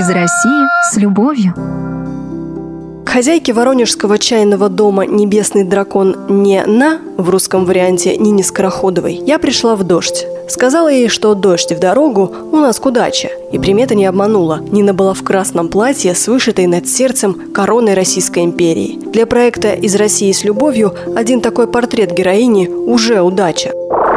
Из России с любовью. К хозяйке воронежского чайного дома «Небесный дракон» Нина, в русском варианте Нине Скороходовой, я пришла в дождь. Сказала ей, что дождь в дорогу у нас к удаче. И примета не обманула. Нина была в красном платье с вышитой над сердцем короной Российской империи. Для проекта «Из России с любовью» один такой портрет героини уже удача.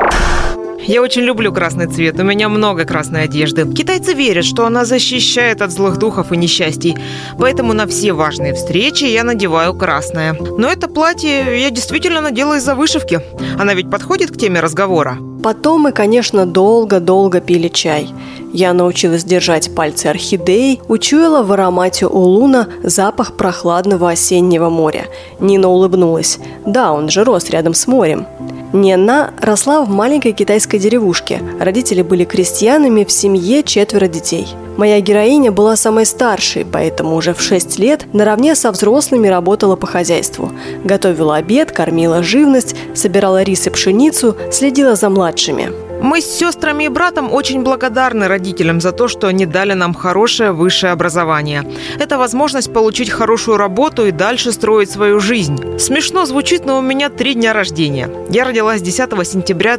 Я очень люблю красный цвет, у меня много красной одежды. Китайцы верят, что она защищает от злых духов и несчастий. Поэтому на все важные встречи я надеваю красное. Но это платье я действительно надела из-за вышивки. Она ведь подходит к теме разговора. Потом мы, конечно, долго-долго пили чай. Я научилась держать пальцы орхидеи, учуяла в аромате улуна запах прохладного осеннего моря. Нина улыбнулась. Да, он же рос рядом с морем. Нина росла в маленькой китайской деревушке. Родители были крестьянами, в семье 4 детей. Моя героиня была самой старшей, поэтому уже в 6 лет наравне со взрослыми работала по хозяйству. Готовила обед, кормила живность, собирала рис и пшеницу, следила за младшими. Мы с сестрами и братом очень благодарны родителям за то, что они дали нам хорошее высшее образование. Это возможность получить хорошую работу и дальше строить свою жизнь. Смешно звучит, но у меня 3 дня рождения. Я родилась 10 сентября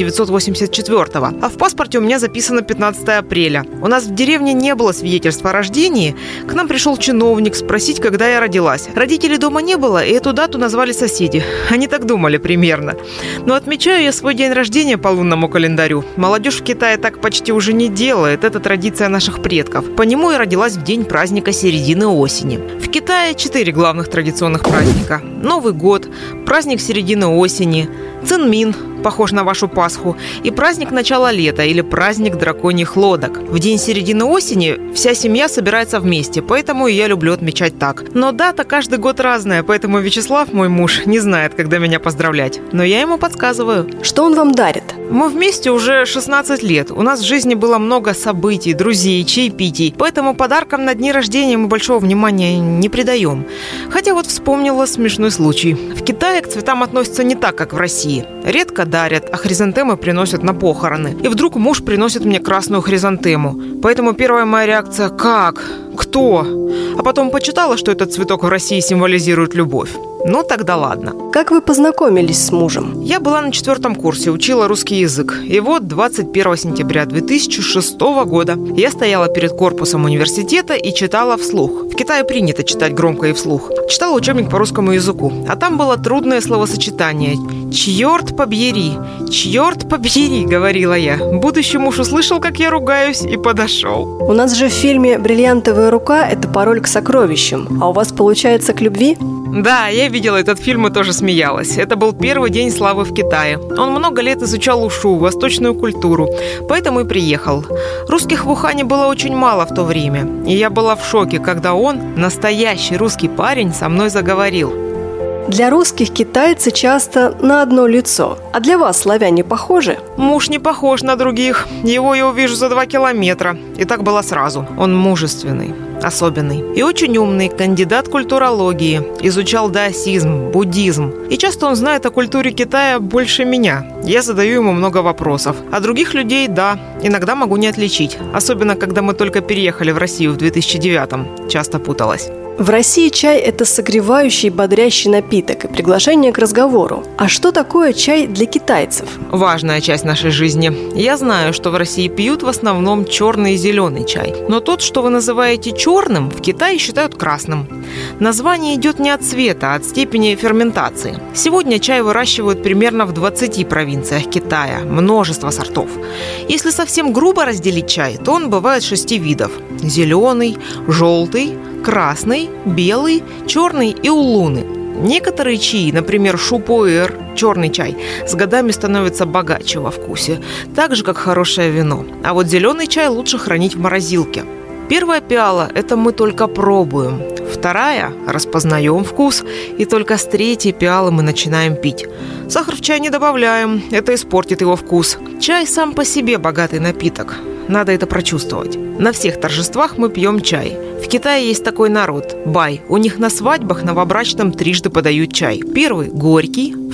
1984, а в паспорте у меня записано 15 апреля. У нас в деревне не было свидетельства о рождении. К нам пришел чиновник спросить, когда я родилась. Родителей дома не было, и эту дату назвали соседи. Они так думали примерно. Но отмечаю я свой день рождения по лунному календарю. Молодежь в Китае так почти уже не делает. Это традиция наших предков. По нему я родилась в день праздника середины осени. В Китае 4 главных традиционных праздника. Новый год, праздник середины осени, Цинмин, похож на вашу Пасху, и праздник начала лета или праздник драконьих лодок. В день середины осени вся семья собирается вместе, поэтому и я люблю отмечать так. Но дата каждый год разная, поэтому Вячеслав, мой муж, не знает, когда меня поздравлять. Но я ему подсказываю. Что он вам дарит? Мы вместе уже 16 лет. У нас в жизни было много событий, друзей, чаепитий. Поэтому подаркам на дни рождения мы большого внимания не придаем. Хотя вот вспомнила смешной случай. В Китае к цветам относятся не так, как в России. Редко дарят, а хризантемы приносят на похороны. И вдруг муж приносит мне красную хризантему. Поэтому первая моя реакция – как? Кто? А потом почитала, что этот цветок в России символизирует любовь. Ну, тогда ладно. Как вы познакомились с мужем? Я была на 4 курсе, учила русский язык. И вот 21 сентября 2006 года я стояла перед корпусом университета и читала вслух. В Китае принято читать громко и вслух. Читала учебник по русскому языку. А там было трудное словосочетание. «Чёрт побери! Чёрт побери!» – говорила я. Будущий муж услышал, как я ругаюсь, и подошел. У нас же в фильме «Бриллиантовая рука» – это пароль к сокровищам. А у вас получается к любви? Да, я видела этот фильм и тоже смеялась. Это был первый день славы в Китае. Он много лет изучал ушу, восточную культуру, поэтому и приехал. Русских в Ухане было очень мало в то время. И я была в шоке, когда он, настоящий русский парень, со мной заговорил. Для русских китайцы часто на одно лицо. А для вас славяне похожи? Муж не похож на других. Его я увижу за 2 километра. И так было сразу. Он мужественный, особенный и очень умный, кандидат культурологии. Изучал даосизм, буддизм. И часто он знает о культуре Китая больше меня. Я задаю ему много вопросов. А других людей, да, иногда могу не отличить. Особенно, когда мы только переехали в Россию в 2009-м. Часто путалась. В России чай – это согревающий, бодрящий напиток и приглашение к разговору. А что такое чай для китайцев? Важная часть нашей жизни. Я знаю, что в России пьют в основном черный и зеленый чай. Но тот, что вы называете черным, в Китае считают красным. Название идет не от цвета, а от степени ферментации. Сегодня чай выращивают примерно в 20 провинциях Китая. Множество сортов. Если совсем грубо разделить чай, то он бывает 6 видов. Зеленый, желтый, красный, белый, черный и улуны. Некоторые чаи, например, шупуэр, черный чай, с годами становятся богаче во вкусе, так же, как хорошее вино. А вот зеленый чай лучше хранить в морозилке. Первая пиала – это мы только пробуем. Вторая – распознаем вкус. И только с 3-й пиалы мы начинаем пить. Сахар в чай не добавляем, это испортит его вкус. Чай сам по себе богатый напиток. Надо это прочувствовать. На всех торжествах мы пьем чай. В Китае есть такой народ – бай. У них на свадьбах новобрачным трижды подают чай. Первый – горький,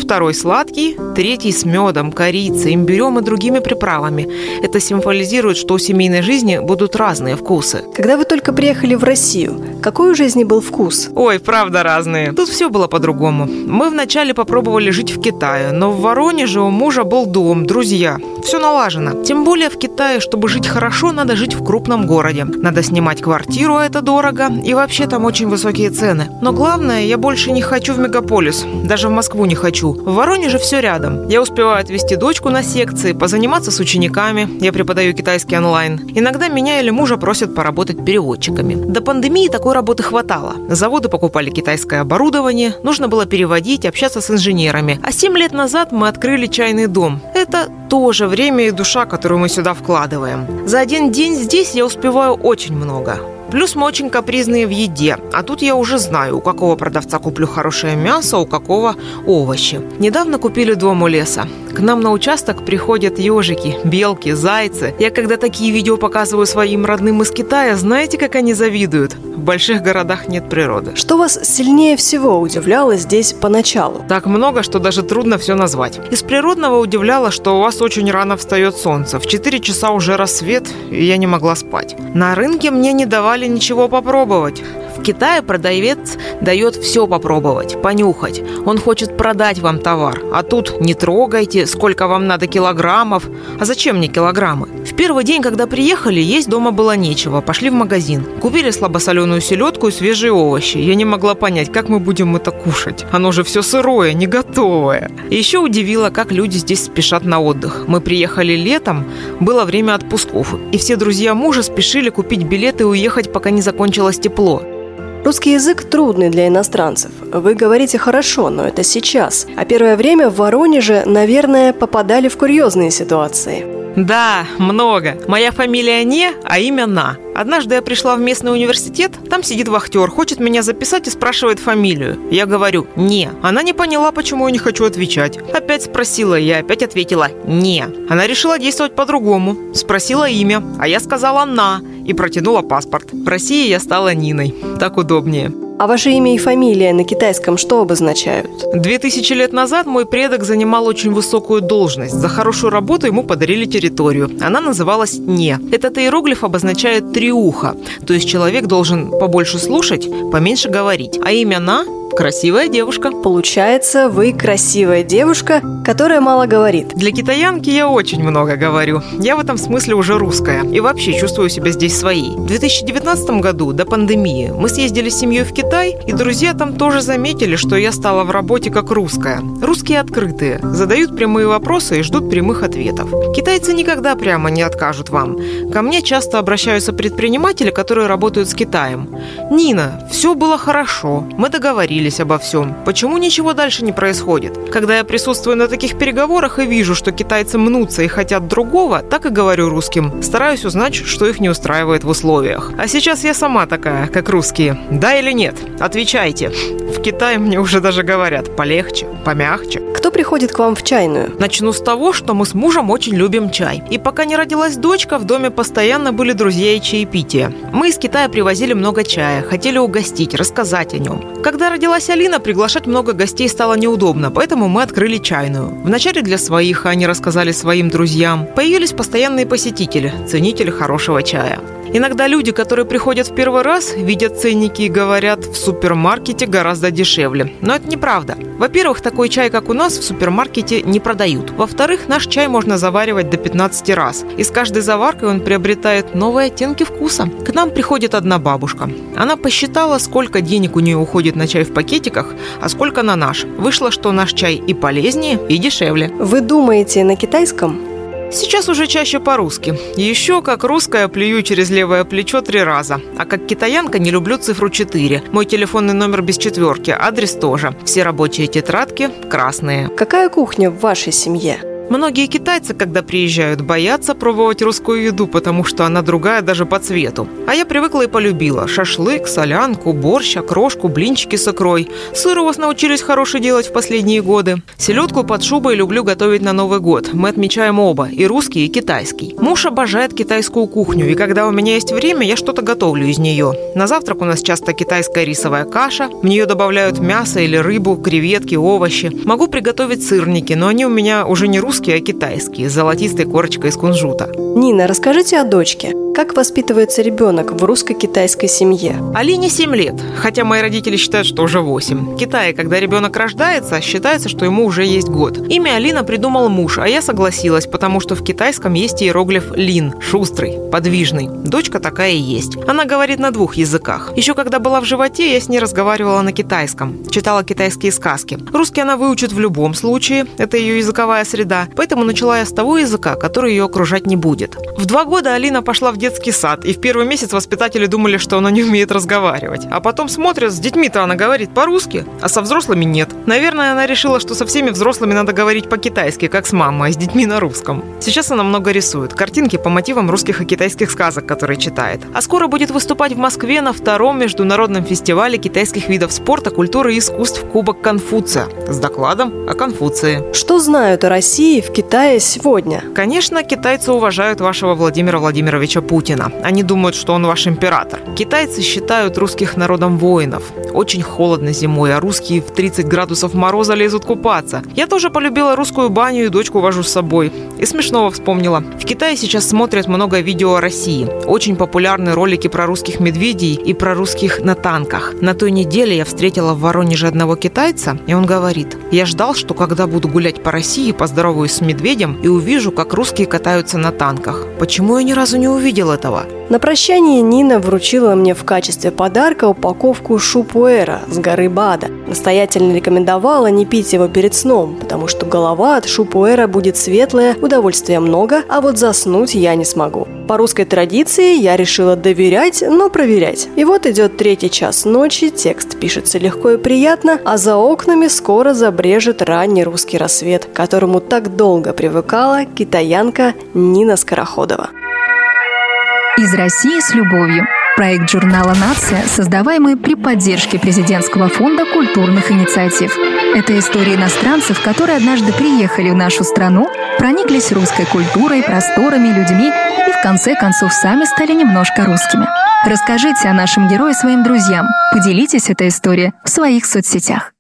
второй сладкий, третий с медом, корицей, имбирем и другими приправами. Это символизирует, что у семейной жизни будут разные вкусы. Когда вы только приехали в Россию, какой у жизни был вкус? Ой, правда разные. Тут все было по-другому. Мы вначале попробовали жить в Китае, но в Воронеже у мужа был дом, друзья. Все налажено. Тем более в Китае, чтобы жить хорошо, надо жить в крупном городе. Надо снимать квартиру, а это дорого. И вообще там очень высокие цены. Но главное, я больше не хочу в мегаполис. Даже в Москву не хочу. В Воронеже все рядом. Я успеваю отвезти дочку на секции, позаниматься с учениками. Я преподаю китайский онлайн. Иногда меня или мужа просят поработать переводчиками. До пандемии такой работы хватало. Заводы покупали китайское оборудование, нужно было переводить, общаться с инженерами. А 7 лет назад мы открыли чайный дом. Это тоже время и душа, которую мы сюда вкладываем. За один день здесь я успеваю очень много. Плюс мы очень капризные в еде. А тут я уже знаю, у какого продавца куплю хорошее мясо, у какого овощи. Недавно купили дом у леса. К нам на участок приходят ежики, белки, зайцы. Я когда такие видео показываю своим родным из Китая, знаете, как они завидуют? В больших городах нет природы. Что вас сильнее всего удивляло здесь поначалу? Так много, что даже трудно все назвать. Из природного удивляло, что у вас очень рано встает солнце. В 4 часа уже рассвет, и я не могла спать. На рынке мне не давали ничего попробовать. В Китае продавец дает все попробовать, понюхать. Он хочет продать вам товар. А тут не трогайте, сколько вам надо килограммов. А зачем мне килограммы? В первый день, когда приехали, есть дома было нечего. Пошли в магазин. Купили слабосоленую селедку и свежие овощи. Я не могла понять, как мы будем это кушать. Оно же все сырое, не готовое. И еще удивило, как люди здесь спешат на отдых. Мы приехали летом, было время отпусков. И все друзья мужа спешили купить билеты и уехать, пока не закончилось тепло. Русский язык трудный для иностранцев. Вы говорите хорошо, но это сейчас. А первое время в Воронеже, наверное, попадали в курьезные ситуации. Да, много. Моя фамилия не, а имя на. Однажды я пришла в местный университет, там сидит вахтер, хочет меня записать и спрашивает фамилию. Я говорю «не». Она не поняла, почему я не хочу отвечать. Опять спросила, я опять ответила «не». Она решила действовать по-другому. Спросила имя, а я сказала «на» и протянула паспорт. В России я стала Ниной. Так удобнее. А ваше имя и фамилия на китайском что обозначают? 2000 лет назад мой предок занимал очень высокую должность. За хорошую работу ему подарили территорию. Она называлась «не». Этот иероглиф обозначает «три уха». То есть человек должен побольше слушать, поменьше говорить. А имя «на» – красивая девушка. Получается, вы красивая девушка, которая мало говорит. Для китаянки я очень много говорю. Я в этом смысле уже русская. И вообще чувствую себя здесь своей. В 2019 году, до пандемии, мы съездили с семьей в Китай, и друзья там тоже заметили, что я стала в работе как русская. Русские открытые, задают прямые вопросы и ждут прямых ответов. Китайцы никогда прямо не откажут вам. Ко мне часто обращаются предприниматели, которые работают с Китаем. «Нина, все было хорошо, мы договорились обо всем. Почему ничего дальше не происходит?» Когда я присутствую на таких переговорах и вижу, что китайцы мнутся и хотят другого, так и говорю русским. Стараюсь узнать, что их не устраивает в условиях. А сейчас я сама такая, как русские. Да или нет? Отвечайте. В Китае мне уже даже говорят полегче, помягче. Кто приходит к вам в чайную? Начну с того, что мы с мужем очень любим чай. И пока не родилась дочка, в доме постоянно были друзья и чаепития. Мы из Китая привозили много чая, хотели угостить, рассказать о нем. Когда родилась Алина, приглашать много гостей стало неудобно, поэтому мы открыли чайную. Вначале для своих, а они рассказали своим друзьям. Появились постоянные посетители, ценители хорошего чая. Иногда люди, которые приходят в первый раз, видят ценники и говорят, в супермаркете гораздо дешевле. Но это неправда. Во-первых, такой чай, как у нас, в супермаркете не продают. Во-вторых, наш чай можно заваривать до 15 раз. И с каждой заваркой он приобретает новые оттенки вкуса. К нам приходит одна бабушка. Она посчитала, сколько денег у нее уходит на чай в пакетиках, а сколько на наш. Вышло, что наш чай и полезнее, и дешевле. Вы думаете на китайском? Сейчас уже чаще по-русски. Еще как русская плюю через левое плечо 3 раза. А как китаянка не люблю цифру 4. Мой телефонный номер без четверки, адрес тоже. Все рабочие тетрадки красные. Какая кухня в вашей семье? Многие китайцы, когда приезжают, боятся пробовать русскую еду, потому что она другая даже по цвету. А я привыкла и полюбила. Шашлык, солянку, борщ, окрошку, блинчики с икрой. Сыр у вас научились хороший делать в последние годы. Селедку под шубой люблю готовить на Новый год. Мы отмечаем оба, и русский, и китайский. Муж обожает китайскую кухню, и когда у меня есть время, я что-то готовлю из нее. На завтрак у нас часто китайская рисовая каша. В нее добавляют мясо или рыбу, креветки, овощи. Могу приготовить сырники, но они у меня уже не русские, а китайские, с золотистой корочкой из кунжута. Нина, расскажите о дочке. Как воспитывается ребенок в русско-китайской семье? Алине 7 лет, хотя мои родители считают, что уже 8. В Китае, когда ребенок рождается, считается, что ему уже есть год. Имя Алина придумал муж, а я согласилась, потому что в китайском есть иероглиф «лин» – шустрый, подвижный. Дочка такая и есть. Она говорит на 2 языках. Еще когда была в животе, я с ней разговаривала на китайском, читала китайские сказки. Русский она выучит в любом случае, это ее языковая среда, поэтому начала я с того языка, который ее окружать не будет. В 2 года Алина пошла в детский сад, и в первый месяц воспитатели думали, что она не умеет разговаривать. А потом смотрят, с детьми-то она говорит по-русски, а со взрослыми нет. Наверное, она решила, что со всеми взрослыми надо говорить по-китайски, как с мамой, а с детьми на русском. Сейчас она много рисует, картинки по мотивам русских и китайских сказок, которые читает. А скоро будет выступать в Москве на 2-м международном фестивале китайских видов спорта, культуры и искусств «Кубок Конфуция» с докладом о Конфуции. Что знают о России в Китае сегодня? Конечно, китайцы уважают вашего Владимира Владимировича Путина. Они думают, что он ваш император. Китайцы считают русских народом воинов. Очень холодно зимой, а русские в 30 градусов мороза лезут купаться. Я тоже полюбила русскую баню и дочку вожу с собой. И смешного вспомнила. В Китае сейчас смотрят много видео о России. Очень популярны ролики про русских медведей и про русских на танках. На той неделе я встретила в Воронеже одного китайца, и он говорит: «Я ждал, что когда буду гулять по России, поздороваюсь с медведем и увижу, как русские катаются на танках. Почему я ни разу не увидел этого?» На прощание Нина вручила мне в качестве подарка упаковку шупуэра с горы Бада. Настоятельно рекомендовала не пить его перед сном, потому что голова от шупуэра будет светлая, удовольствия много, а вот заснуть я не смогу. По русской традиции я решила доверять, но проверять. И вот идет 3-й час ночи, текст пишется легко и приятно, а за окнами скоро забрежет ранний русский рассвет, к которому так долго привыкала китаянка Нина Скороходова. Из России с любовью. Проект журнала «Нация», создаваемый при поддержке Президентского фонда культурных инициатив. Это истории иностранцев, которые однажды приехали в нашу страну, прониклись русской культурой, просторами, людьми и в конце концов сами стали немножко русскими. Расскажите о нашем герое своим друзьям. Поделитесь этой историей в своих соцсетях.